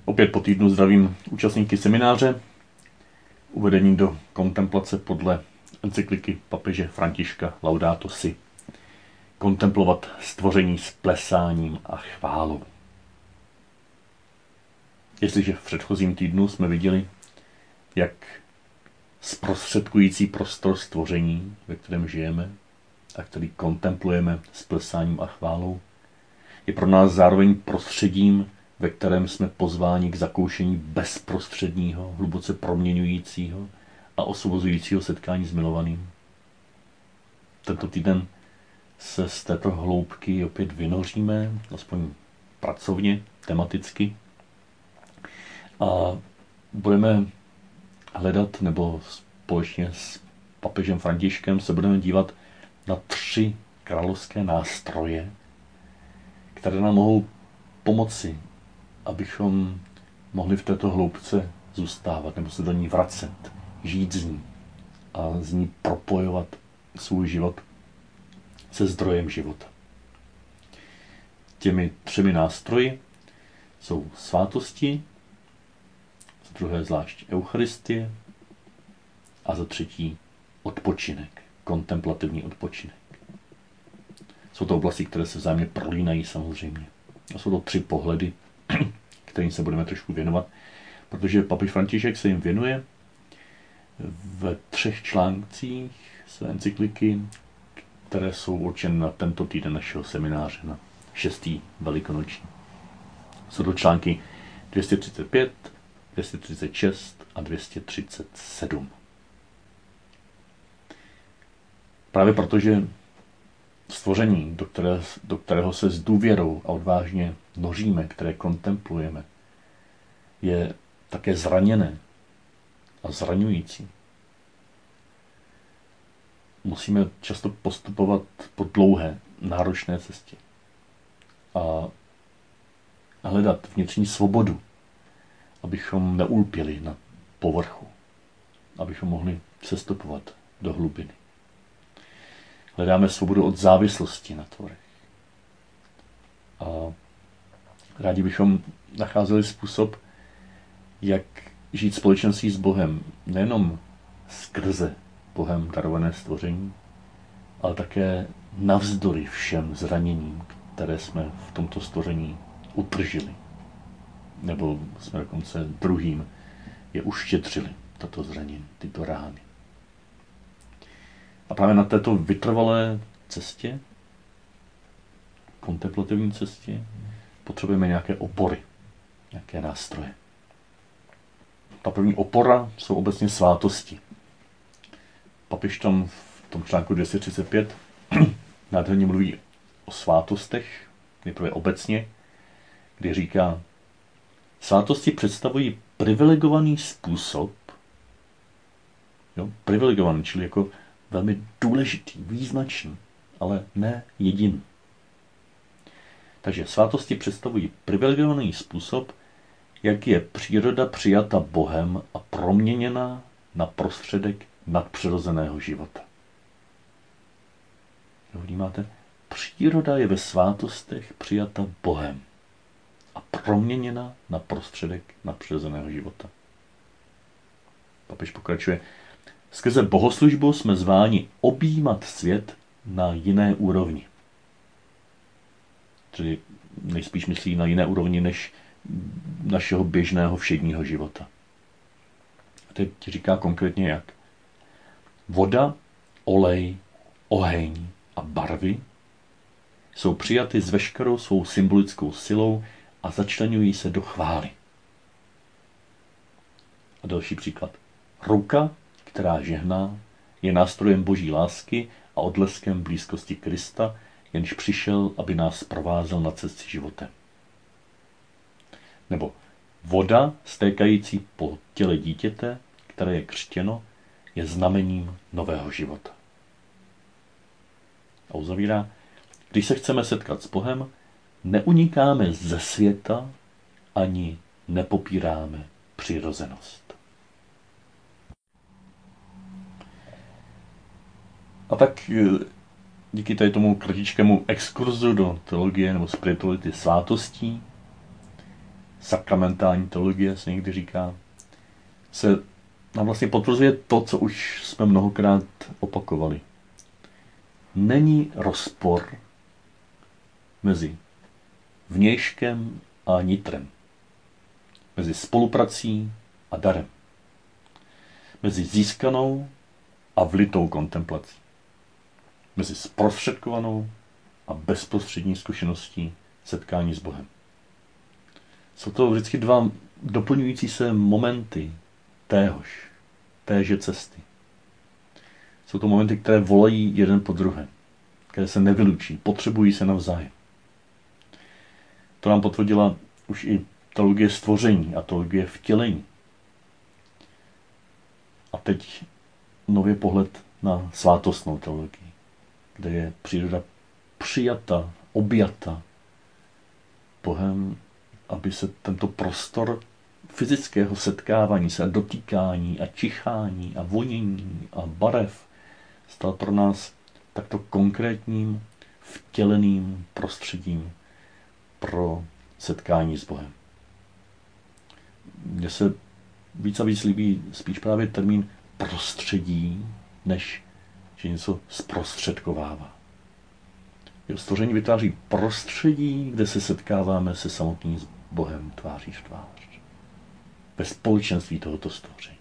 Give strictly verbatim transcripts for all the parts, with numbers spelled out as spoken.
Opět po týdnu zdravím účastníky semináře uvedení do kontemplace podle encykliky papeže Františka Laudato Si. Kontemplovat stvoření s plesáním a chválou. Jestliže v předchozím týdnu jsme viděli, jak zprostředkující prostor stvoření, ve kterém žijeme a který kontemplujeme s plesáním a chválou, je pro nás zároveň prostředím, ve kterém jsme pozváni k zakoušení bezprostředního, hluboce proměňujícího a osvobozujícího setkání s milovaným. Tento týden se z této hloubky opět vynoříme, aspoň pracovně, tematicky, a budeme hledat, nebo společně s papežem Františkem se budeme dívat na tři královské nástroje, které nám mohou pomoci, abychom mohli v této hloubce zůstávat, nebo se do ní vracet, žít z ní a z ní propojovat svůj život se zdrojem života. Těmi třemi nástroji jsou svátosti, za druhé zvlášť Eucharistie a za třetí odpočinek, kontemplativní odpočinek. Jsou to oblasti, které se vzájemně prolínají samozřejmě. A jsou to tři pohledy, kterým se budeme trošku věnovat, protože papež František se jim věnuje v třech článcích své encykliky, které jsou určeny na tento týden našeho semináře, na šestý velikonoční. Jsou to články dvě stě třicet pět, dvě stě třicet šest a dvě stě třicet sedm. Právě protože stvoření, do, které, do kterého se s důvěrou a odvážně noříme, které kontemplujeme, je také zraněné a zraňující. Musíme často postupovat po dlouhé, náročné cestě a hledat vnitřní svobodu, abychom neulpěli na povrchu, abychom mohli sestupovat do hlubiny. Hledáme svobodu od závislosti na tvorech. A rádi bychom nacházeli způsob, jak žít společenství s Bohem, nejenom skrze Bohem darované stvoření, ale také navzdory všem zraněním, které jsme v tomto stvoření utržili. Nebo jsme dokonce druhým je uštědřili, tato zranění, tyto rány. A právě na této vytrvalé cestě, kontemplativní cestě, potřebujeme nějaké opory, nějaké nástroje. Ta první opora jsou obecně svátosti. Papež tam v tom článku dvě stě třicet pět nádherně mluví o svátostech, nejprve obecně, kdy říká, svátosti představují privilegovaný způsob, jo, privilegovaný, čili jako velmi důležitý, význačný, ale ne jediný. Takže svátosti představují privilegovaný způsob, jak je příroda přijata Bohem a proměněna na prostředek nadpřirozeného života. Vnímáte? Příroda je ve svátostech přijata Bohem a proměněna na prostředek nadpřirozeného života. Papež pokračuje, skrze bohoslužbu jsme zváni objímat svět na jiné úrovni. Čili nejspíš myslí na jiné úrovni než našeho běžného všedního života. A teď říká konkrétně jak. Voda, olej, oheň a barvy jsou přijaty s veškerou svou symbolickou silou a začleňují se do chvály. A další příklad. Ruka, která žehná, je nástrojem boží lásky a odleskem blízkosti Krista, jenž přišel, aby nás provázel na cestě životem. Nebo voda, stékající po těle dítěte, které je křtěno, je znamením nového života. A uzavírá, když se chceme setkat s Bohem, neunikáme ze světa ani nepopíráme přirozenost. A tak díky tady tomu kratičkému exkurzu do teologie nebo spirituality svátostí sakramentální teologie se někdy říká, se nám vlastně potvrzuje to, co už jsme mnohokrát opakovali. Není rozpor mezi vnějškem a nitrem, mezi spoluprací a darem, mezi získanou a vlitou kontemplací, mezi zprostředkovanou a bezprostřední zkušeností setkání s Bohem. Jsou to vždycky dva doplňující se momenty téhož, téže cesty. Jsou to momenty, které volají jeden po druhém, které se nevylučí, potřebují se navzájem. To nám potvrdila už i teologie stvoření a teologie vtělení. A teď nově pohled na svátostnou teologii, kde je příroda přijata, objata Bohem, aby se tento prostor fyzického setkávání se a dotýkání a čichání a vonění a barev stal pro nás takto konkrétním, vtěleným prostředím pro setkání s Bohem. Mně se víc a víc líbí spíš právě termín prostředí, než že něco zprostředkovává. Stvoření vytváří prostředí, kde se setkáváme se samotným Bohem tváří v tvář. Ve společenství tohoto stvoření.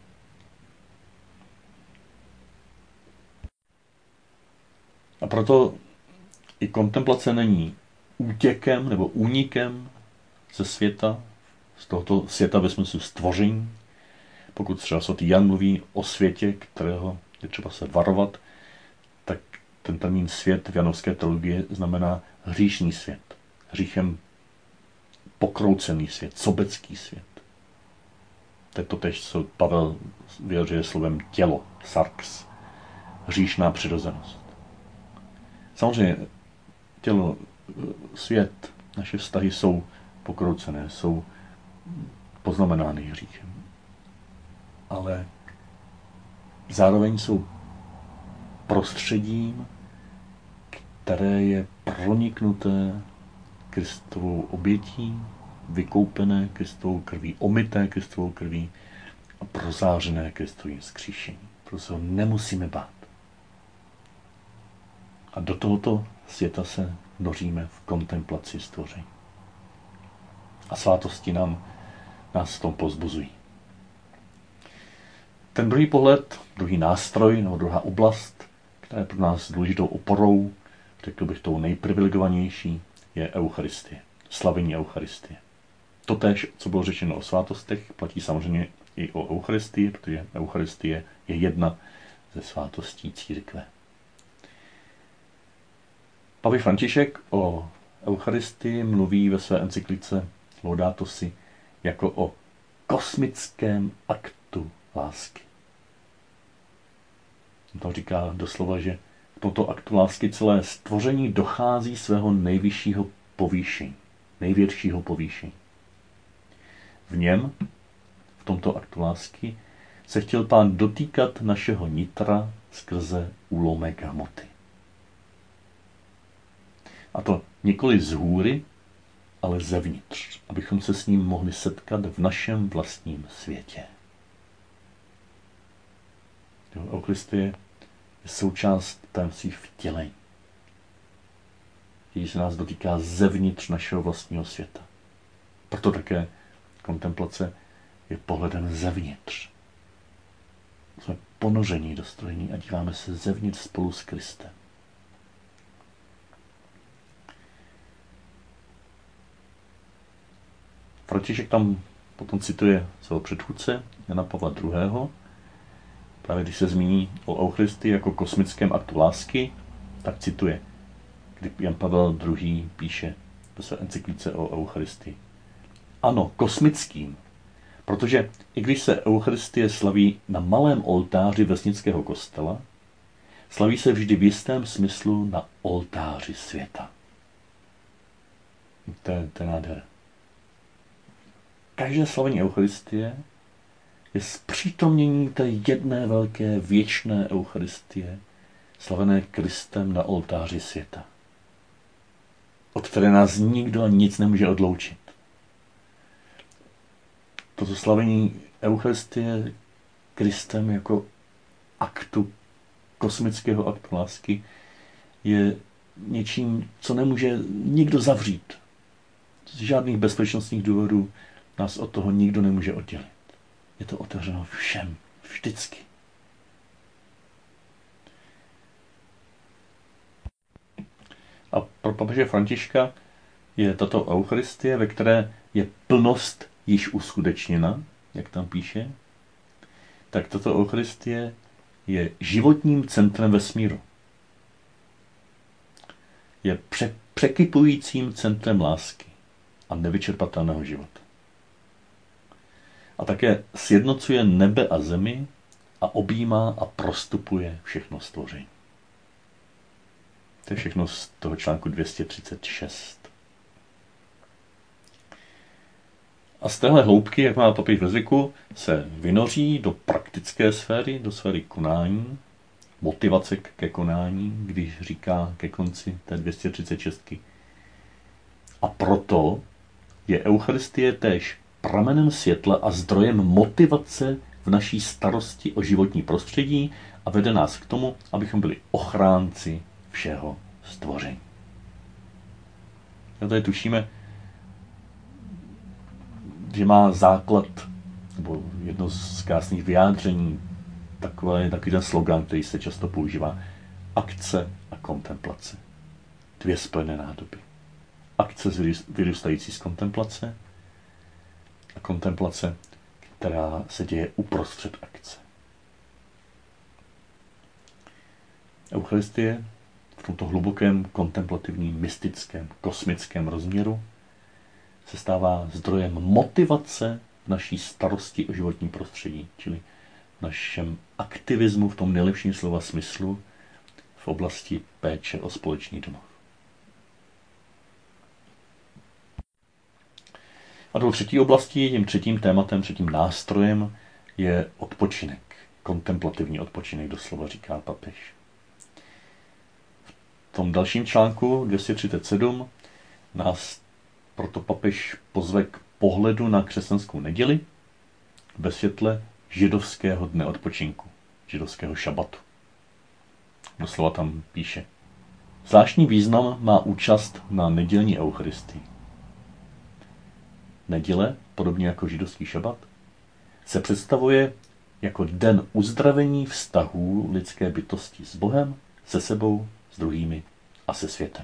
A proto i kontemplace není útěkem nebo únikem ze světa, z tohoto světa ve smyslu stvoření. Pokud třeba svatý Jan mluví o světě, kterého je třeba se varovat, tak ten termín svět v janovské teologii znamená hříšný svět. Hříchem pokroucený svět, sobecký svět. To je to tež, co Pavel vyjadřuje slovem tělo, sarx, hříšná přirozenost. Samozřejmě tělo, svět, naše vztahy jsou pokroucené, jsou poznamenány hříchem. Ale zároveň jsou prostředím, které je proniknuté Kristovou obětí, vykoupené Kristovou krví, omyté Kristovou krví a prozářené Kristovým vzkříšením. Proto se ho nemusíme bát. A do tohoto světa se noříme v kontemplaci stvoření. A svátosti nám, nás v tom povzbuzují. Ten druhý pohled, druhý nástroj nebo druhá oblast, která je pro nás důležitou oporou, řekl bych tou nejprivilegovanější, je Eucharistie, slavení Eucharistie. Totéž, co bylo řečeno o svátostech, platí samozřejmě i o Eucharistii, protože Eucharistie je jedna ze svátostí církve. Papež František o Eucharistii mluví ve své encyklice Laudato Si jako o kosmickém aktu lásky. On to říká doslova, že v tomto aktu lásky celé stvoření dochází svého nejvyššího povýšení, největšího povýšení. V něm, v tomto aktu lásky, se chtěl Pán dotýkat našeho nitra skrze úlomek hmoty. A to nikoli z hůry, ale zevnitř, abychom se s ním mohli setkat v našem vlastním světě. Eucharistie je součást tajemství vtělení, který se nás dotýká zevnitř našeho vlastního světa. Proto také kontemplace je pohledem zevnitř. Jsme ponoření do stvoření a díváme se zevnitř spolu s Kristem. František tam potom cituje svého předchůdce Jana Pavla druhého. Právě když se zmíní o Eucharistii jako kosmickém aktu lásky, tak cituje, kdy Jan Pavel druhý píše ve své encyklice o Eucharistii. Ano, kosmickým, protože i když se Eucharistie slaví na malém oltáři vesnického kostela, slaví se vždy v jistém smyslu na oltáři světa. To je, to je nádhera. Každé slavení Eucharistie je zpřítomnění té jedné velké věčné Eucharistie, slavené Kristem na oltáři světa, od které nás nikdo a nic nemůže odloučit. to slavení Eucharistie Kristem jako aktu, kosmického aktu lásky je něčím, co nemůže nikdo zavřít. Z žádných bezpečnostních důvodů nás od toho nikdo nemůže oddělit. Je to otevřeno všem, vždycky. A pro papeže Františka je tato Eucharistie, ve které je plnost již uskutečněna, jak tam píše, tak tato Eucharistie je životním centrem vesmíru. Je pře- překypujícím centrem lásky a nevyčerpatelného života. A také sjednocuje nebe a zemi a objímá a prostupuje všechno stvoření. To je všechno z toho článku dvě stě třicet šest. A z téhle hloubky, jak má papež ve zvyku, se vynoří do praktické sféry, do sféry konání, motivace ke konání, když říká ke konci té dvě stě třicet šest. A proto je Eucharistie též pramenem světla a zdrojem motivace v naší starosti o životní prostředí a vede nás k tomu, abychom byli ochránci všeho stvoření. A tady tušíme, že má základ, nebo jedno z krásných vyjádření, takový, takový ten slogan, který se často používá, akce a kontemplace. Dvě spojené nádoby. Akce vyrůstající z kontemplace a kontemplace, která se děje uprostřed akce. Eucharistie v tomto hlubokém, kontemplativním, mystickém, kosmickém rozměru se stává zdrojem motivace v naší starosti o životní prostředí, čili v našem aktivismu v tom nejlepším slova smyslu v oblasti péče o společný domov. A tou třetí oblastí, tím třetím tématem, třetím nástrojem je odpočinek. Kontemplativní odpočinek, doslova říká papež. V tom dalším článku dvě stě třicet sedm nás proto papež pozve k pohledu na křesťanskou neděli ve světle židovského dne odpočinku, židovského šabatu. Doslova tam píše. Zvláštní význam má účast na nedělní eucharistii. Neděle, podobně jako židovský šabat, se představuje jako den uzdravení vztahů lidské bytosti s Bohem, se sebou, s druhými a se světem.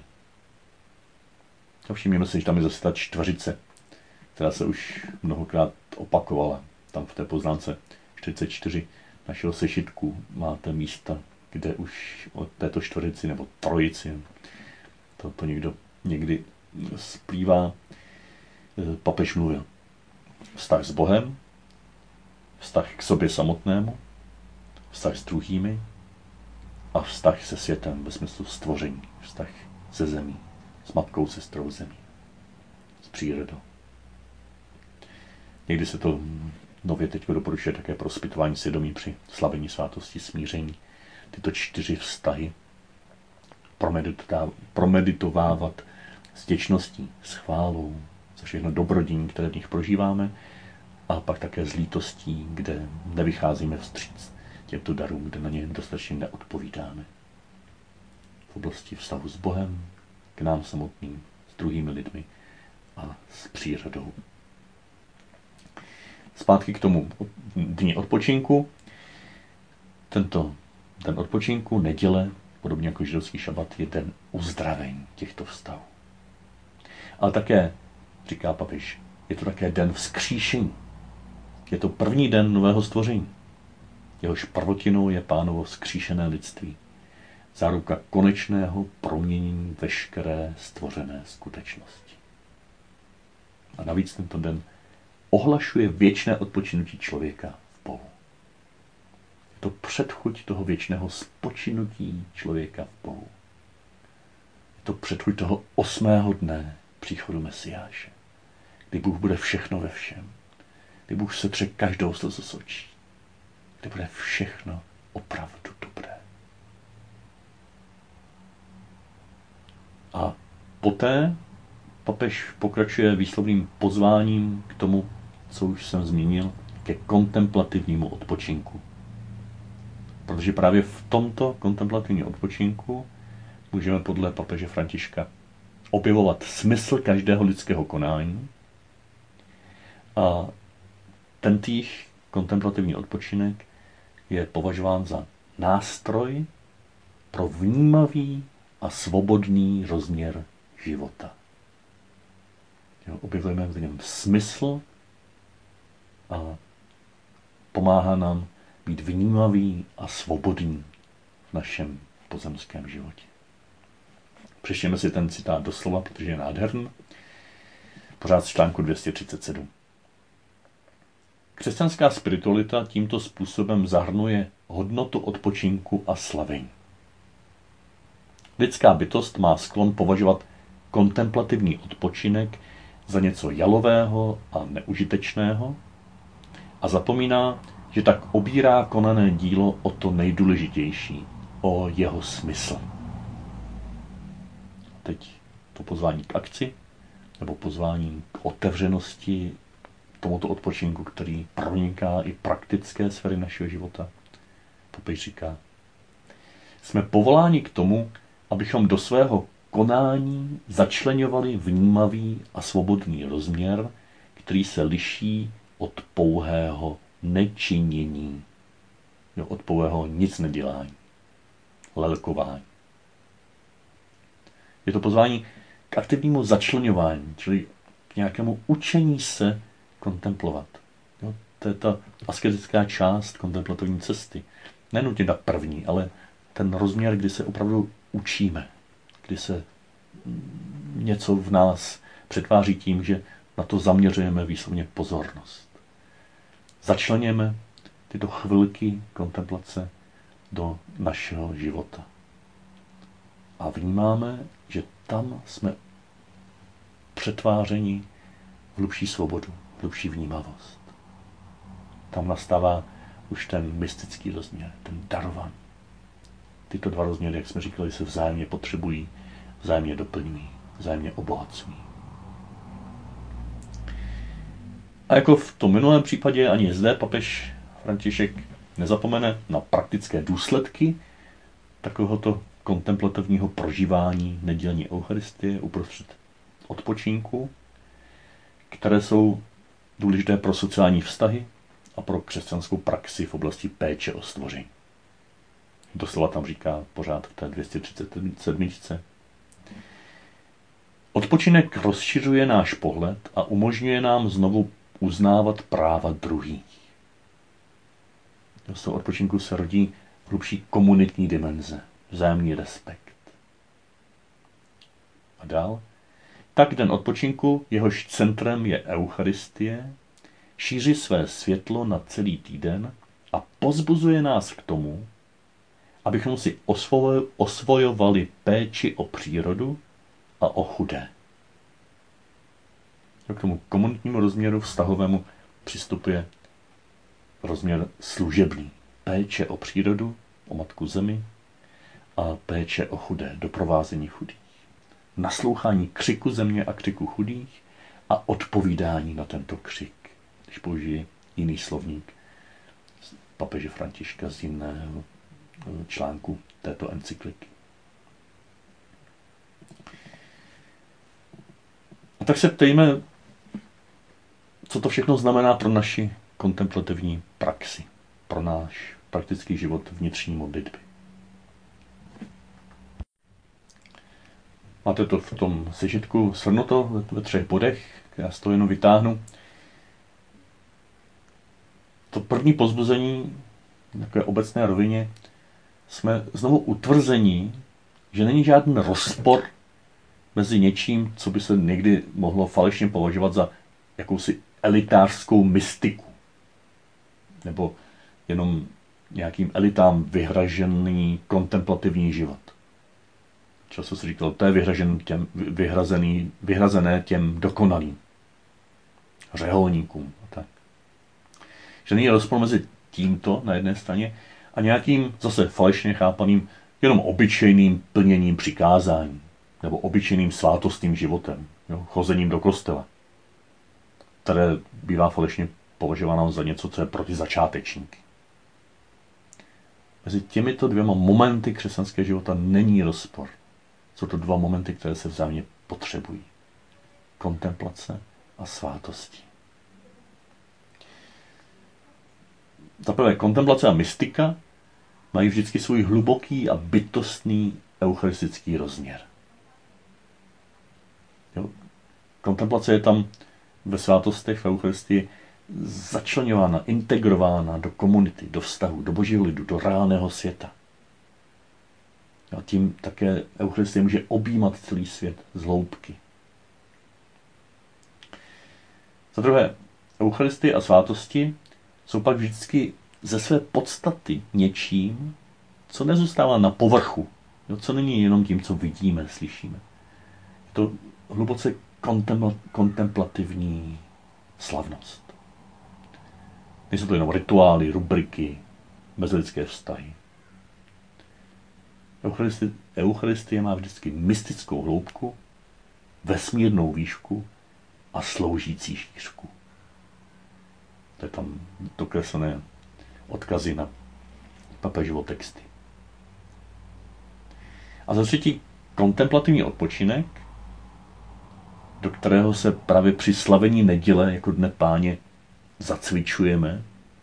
A všimněme si, že tam je zase ta čtveřice, která se už mnohokrát opakovala. Tam v té poznámce čtyřicet čtyři našeho sešitku máte místa, kde už o této čtveřici nebo trojici, to, to někdo někdy splývá, papež mluvil. Vztah s Bohem, vztah k sobě samotnému, vztah s druhými a vztah se světem ve smyslu stvoření, vztah se zemí, s matkou, sestrou zemí, s přírodou. Někdy se to nově teď doporučuje také pro zpytování svědomí při slavení svátosti smíření. Tyto čtyři vztahy promeditovávat s vděčností, s chválou, za všechno dobrodění, které v nich prožíváme, a pak také s lítostí, kde nevycházíme vstříc těmto darům, kde na ně dostatečně neodpovídáme. V oblasti vztahu s Bohem, k nám samotným, s druhými lidmi a s přírodou. Zpátky k tomu dni odpočinku. Tento den odpočinku, neděle, podobně jako židovský šabat, je den uzdravení těchto vztahů. Ale také, říká papež, je to také den vzkříšení. Je to první den nového stvoření. Jehož prvotinou je Pánovo vzkříšené lidství. Záruka konečného proměnění veškeré stvořené skutečnosti. A navíc tento den ohlašuje věčné odpočinutí člověka v Bohu. Je to předchuť toho věčného spočinutí člověka v Bohu. Je to předchuť toho osmého dne příchodu Mesiáše, kdy Bůh bude všechno ve všem, kdy Bůh setře každou slzu z očí, kdy bude všechno opravdu dobré. A poté papež pokračuje výslovným pozváním k tomu, co už jsem zmínil, ke kontemplativnímu odpočinku. Protože právě v tomto kontemplativním odpočinku můžeme podle papeže Františka objevovat smysl každého lidského konání a tentýž kontemplativní odpočinek je považován za nástroj pro vnímavý a svobodný rozměr života. Jo, objevujeme v něm smysl a pomáhá nám být vnímavý a svobodný v našem pozemském životě. Přečtěme si ten citát doslova, protože je nádherný. Pořád z článku dvě stě třicet sedm. Křesťanská spiritualita tímto způsobem zahrnuje hodnotu odpočinku a slavení. Lidská bytost má sklon považovat kontemplativní odpočinek za něco jalového a neužitečného a zapomíná, že tak obírá konané dílo o to nejdůležitější, o jeho smysl. Teď to pozvání k akci, nebo pozvání k otevřenosti tomuto odpočinku, který proniká i praktické sféry našeho života. Papež říká, jsme povoláni k tomu, abychom do svého konání začleňovali vnímavý a svobodný rozměr, který se liší od pouhého nečinění, jo, od pouhého nic nedělání, lelkování. Je to pozvání k aktivnímu začleňování, čili k nějakému učení se kontemplovat. Jo, to je ta asketická část kontemplativní cesty. Nenutně ta první, ale ten rozměr, kdy se opravdu učíme, kdy se něco v nás přetváří tím, že na to zaměřujeme výslovně pozornost. Začleněme tyto chvilky kontemplace do našeho života. A vnímáme, že tam jsme přetvářeni v hlubší svobodu, v hlubší vnímavost. Tam nastává už ten mystický rozměr, ten darovaný. Tyto dva rozměry, jak jsme říkali, se vzájemně potřebují, vzájemně doplňují, vzájemně obohacují. A jako v tom minulém případě, ani zde papež František nezapomene na praktické důsledky takovéhoto kontemplativního prožívání nedělní eucharistie uprostřed odpočinku, které jsou důležité pro sociální vztahy a pro křesťanskou praxi v oblasti péče o stvoření. Doslova tam říká pořád v té dvě stě třicet sedm. Odpočinek rozšiřuje náš pohled a umožňuje nám znovu uznávat práva druhých. Z toho odpočinku se rodí hlubší komunitní dimenze, vzájemný respekt. A dál. Tak den odpočinku, jehož centrem je Eucharistie, šíří své světlo na celý týden a pozbuzuje nás k tomu, abychom si osvojovali péči o přírodu a o chudé. K tomu komunitnímu rozměru vztahovému přistupuje rozměr služebný. Péče o přírodu, o matku zemi a péče o chudé, doprovázení chudých. Naslouchání křiku země a křiku chudých a odpovídání na tento křik. Když použije jiný slovník z papeže Františka z jiného článku této encykliky. A tak se ptejme, co to všechno znamená pro naši kontemplativní praxi, pro náš praktický život vnitřní modlitby. Máte to v tom sešitku shrnuto ve, ve třech bodech, já z toho jenom vytáhnu. To první povzbuzení v takové obecné rovině jsme znovu utvrzení, že není žádný rozpor mezi něčím, co by se někdy mohlo falešně považovat za jakousi elitářskou mystiku. Nebo jenom nějakým elitám vyhražený kontemplativní život. Často se říkalo, to je vyhražený těm, vyhrazený, vyhrazené těm dokonalým. Řeholníkům. A tak. Že není rozpor mezi tímto na jedné straně a nějakým zase falešně chápaným jenom obyčejným plněním přikázání nebo obyčejným svátostným životem, jo, chozením do kostela. které bývá falešně považováno za něco, co je proti začátečníky. Mezi těmito dvěma momenty křesťanského života není rozpor. Jsou to dva momenty, které se vzájemně potřebují. Kontemplace a svátosti. Za prvé, kontemplace a mystika mají vždycky svůj hluboký a bytostný eucharistický rozměr. Jo? Kontemplace je tam ve svátostech, v Eucharistii začleňována, integrována do komunity, do vztahu, do božího lidu, do reálného světa. A tím také Eucharistie může objímat celý svět z hloubky. Za druhé, Eucharistie a svátosti jsou pak vždycky ze své podstaty něčím, co nezůstává na povrchu, jo, co není jenom tím, co vidíme, slyšíme. Je to hluboce kontemplativní slavnost. Nejsou to jenom rituály, rubriky, mezilidské vztahy. Eucharistie, Eucharistie má vždycky mystickou hloubku, vesmírnou výšku a sloužící šířku. To je tam dokreslené odkazy na papežovo texty. A za třetí, kontemplativní odpočinek, do kterého se právě při slavení neděle jako Dne Páně zacvičujeme.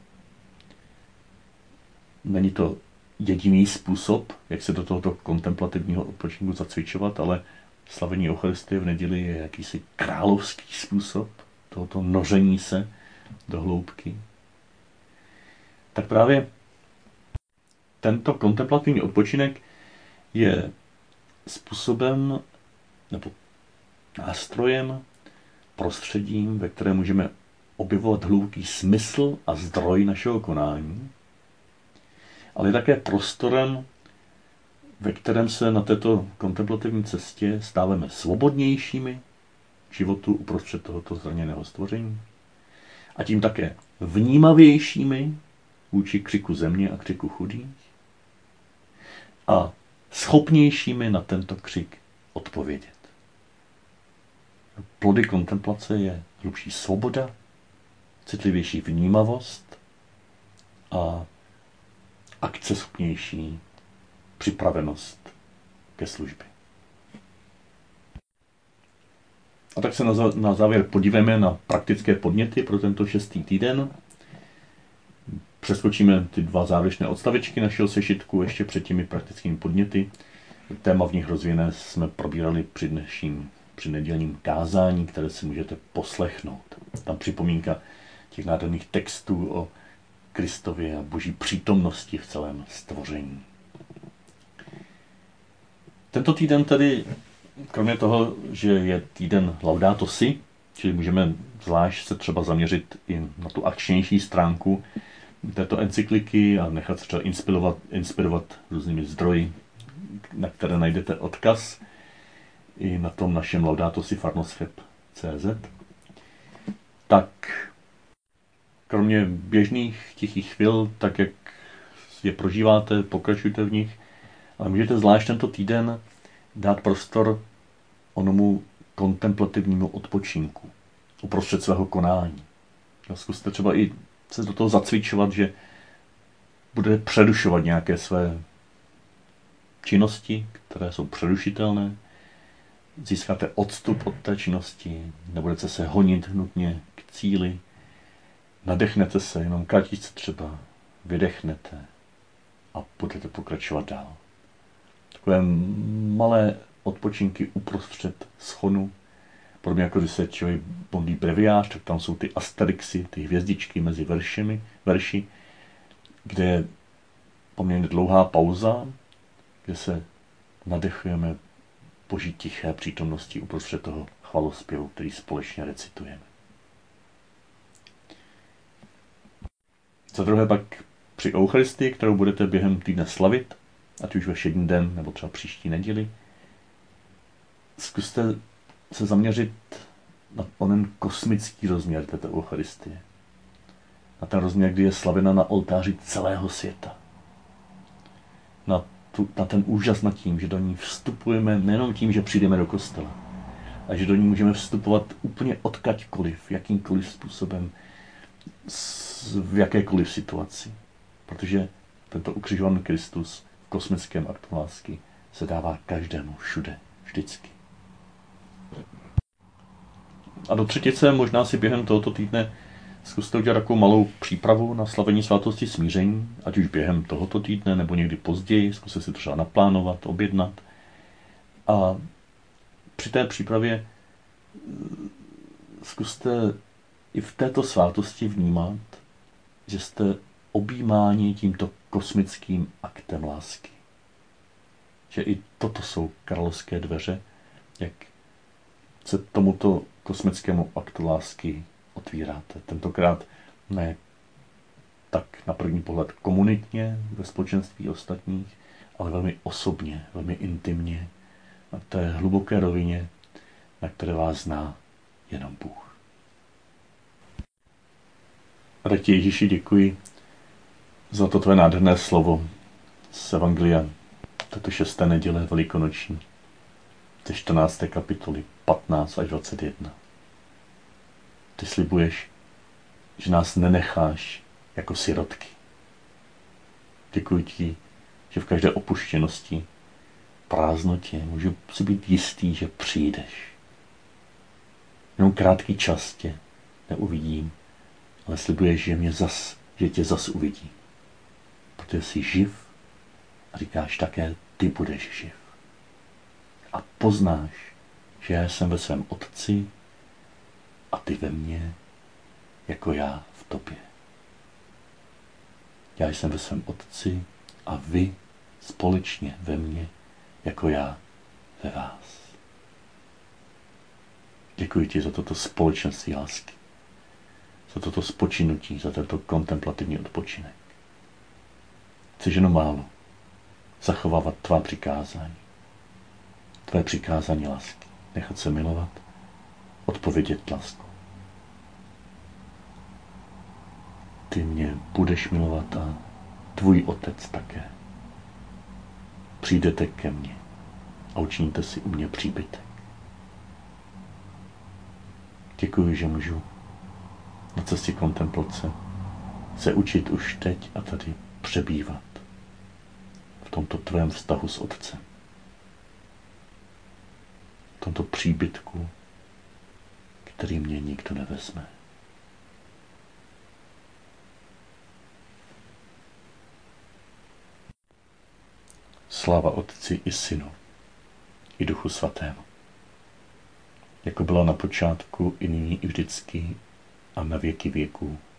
Není to jediný způsob, jak se do tohoto kontemplativního odpočinku zacvičovat, ale slavení Eucharistie v neděli je jakýsi královský způsob tohoto noření se do hloubky. Tak právě tento kontemplativní odpočinek je způsobem nebo nástrojem, prostředím, ve kterém můžeme objevovat hluboký smysl a zdroj našeho konání, ale je také prostorem, ve kterém se na této kontemplativní cestě stáváme svobodnějšími k životu uprostřed tohoto zraněného stvoření a tím také vnímavějšími vůči křiku země a křiku chudých a schopnějšími na tento křik odpovědět. Plody kontemplace je hlubší svoboda, citlivější vnímavost a akceschopnější připravenost ke službě. A tak se na závěr podíváme na praktické podněty pro tento šestý týden. Přeskočíme ty dva závěrečné odstavečky našeho sešitku ještě před těmi praktickými podněty. Téma v nich rozvíjené jsme probírali při dnešním, při nedělním kázání, které si můžete poslechnout. Tam připomínka těch nádherných textů o Kristově a boží přítomnosti v celém stvoření. Tento týden tedy, kromě toho, že je týden Laudato Si, čili můžeme zvlášť se třeba zaměřit i na tu akčnější stránku této encykliky a nechat se třeba inspirovat, inspirovat různými zdroji, na které najdete odkaz i na tom našem Laudato Si farnoscheb tečka cé zet. Tak kromě běžných tichých chvil, tak jak je prožíváte, pokračujte v nich, ale můžete zvlášť tento týden dát prostor onomu kontemplativnímu odpočinku uprostřed svého konání. Zkuste třeba i se do toho zacvičovat, že budete přerušovat nějaké své činnosti, které jsou přerušitelné, získáte odstup od té činnosti, nebudete se honit nutně k cíli, nadechnete se, jenom kratičce třeba vydechnete a budete pokračovat dál. Takové malé odpočinky uprostřed schonu, podobně jako když se člověk modlí breviář, tak tam jsou ty asterixy, ty hvězdičky mezi veršemi, verši, kde je poměrně dlouhá pauza, kde se nadechujeme boží tiché přítomnosti uprostřed toho chvalospěvu, který společně recitujeme. Za druhé pak při Eucharistii, kterou budete během týdne slavit, ať už ve všední den, nebo třeba příští neděli, zkuste se zaměřit na onen kosmický rozměr této Eucharistie. Na ten rozměr, kdy je slavena na oltáři celého světa. Na, tu, na ten úžas nad tím, že do ní vstupujeme nejenom tím, že přijdeme do kostela, a že do ní můžeme vstupovat úplně odkaďkoliv, jakýmkoliv způsobem, v jakékoliv situaci. Protože tento ukřižovaný Kristus v kosmickém aktu lásky se dává každému všude, vždycky. A do třetice možná si během tohoto týdne zkuste udělat takovou malou přípravu na slavení svátosti smíření, ať už během tohoto týdne, nebo někdy později, zkuste si to třeba naplánovat, objednat. A při té přípravě zkuste i v této svátosti vnímat, že jste objímáni tímto kosmickým aktem lásky. Že i toto jsou královské dveře, jak se tomuto kosmickému aktu lásky otvíráte. Tentokrát ne tak na první pohled komunitně ve společenství ostatních, ale velmi osobně, velmi intimně, na té hluboké rovině, na které vás zná jenom Bůh. A tak ti, Ježíši, děkuji za to tvé nádherné slovo z Evangelia této šesté neděle velikonoční, ze čtrnácté kapitoly patnáct až dvacet jedna. Ty slibuješ, že nás nenecháš jako sirotky. Děkuji ti, že v každé opuštěnosti, prázdnotě můžu si být jistý, že přijdeš. Jenom krátký čas tě neuvidím, ale slibuješ, že, mě zas, že tě zas uvidím. Protože jsi živ a říkáš také, ty budeš živ. A poznáš, že já jsem ve svém Otci a ty ve mně, jako já v tobě. Já jsem ve svém Otci a vy společně ve mně, jako já ve vás. Děkuji ti za toto společenství lásky, za toto spočinutí, za tento kontemplativní odpočinek. Chceš jenom málo zachovávat tvá přikázání, tvé přikázání lásky, nechat se milovat, odpovědět láskou. Ty mě budeš milovat a tvůj Otec také. Přijdete ke mně a učiníte si u mě příbytek. Děkuji, že můžu na cestě kontemplace se učit už teď a tady přebývat v tomto tvém vztahu s Otcem. V tomto příbytku, který mě nikdo nevezme. Sláva Otci i Synu, i Duchu Svatému, jako bylo na počátku, i nyní, i vždycky, a na věky věků.